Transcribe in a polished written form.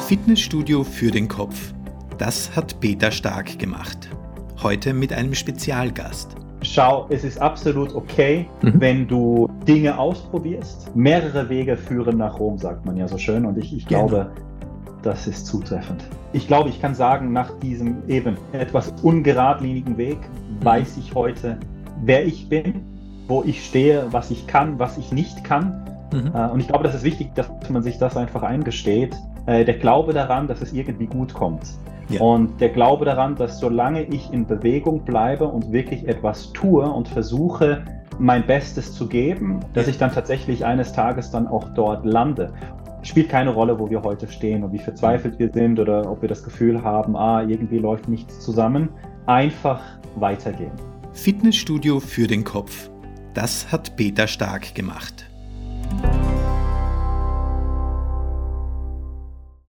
Fitnessstudio für den Kopf. Das hat Peter Stark gemacht. Heute mit einem Spezialgast. Schau, es ist absolut okay, wenn du Dinge ausprobierst. Mehrere Wege führen nach Rom, sagt man ja so schön. Und ich glaube, das ist zutreffend. Ich glaube, ich kann sagen, nach diesem eben etwas ungeradlinigen Weg weiß ich heute, wer ich bin, wo ich stehe, was ich kann, was ich nicht kann. Und ich glaube, das ist wichtig, dass man sich das einfach eingesteht. Der Glaube daran, dass es irgendwie gut kommt. Ja. Und der Glaube daran, dass solange ich in Bewegung bleibe und wirklich etwas tue und versuche, mein Bestes zu geben, dass ich dann tatsächlich eines Tages dann auch dort lande. Spielt keine Rolle, wo wir heute stehen und wie verzweifelt wir sind oder ob wir das Gefühl haben, irgendwie läuft nichts zusammen. Einfach weitergehen. Fitnessstudio für den Kopf. Das hat Peter Stark gemacht.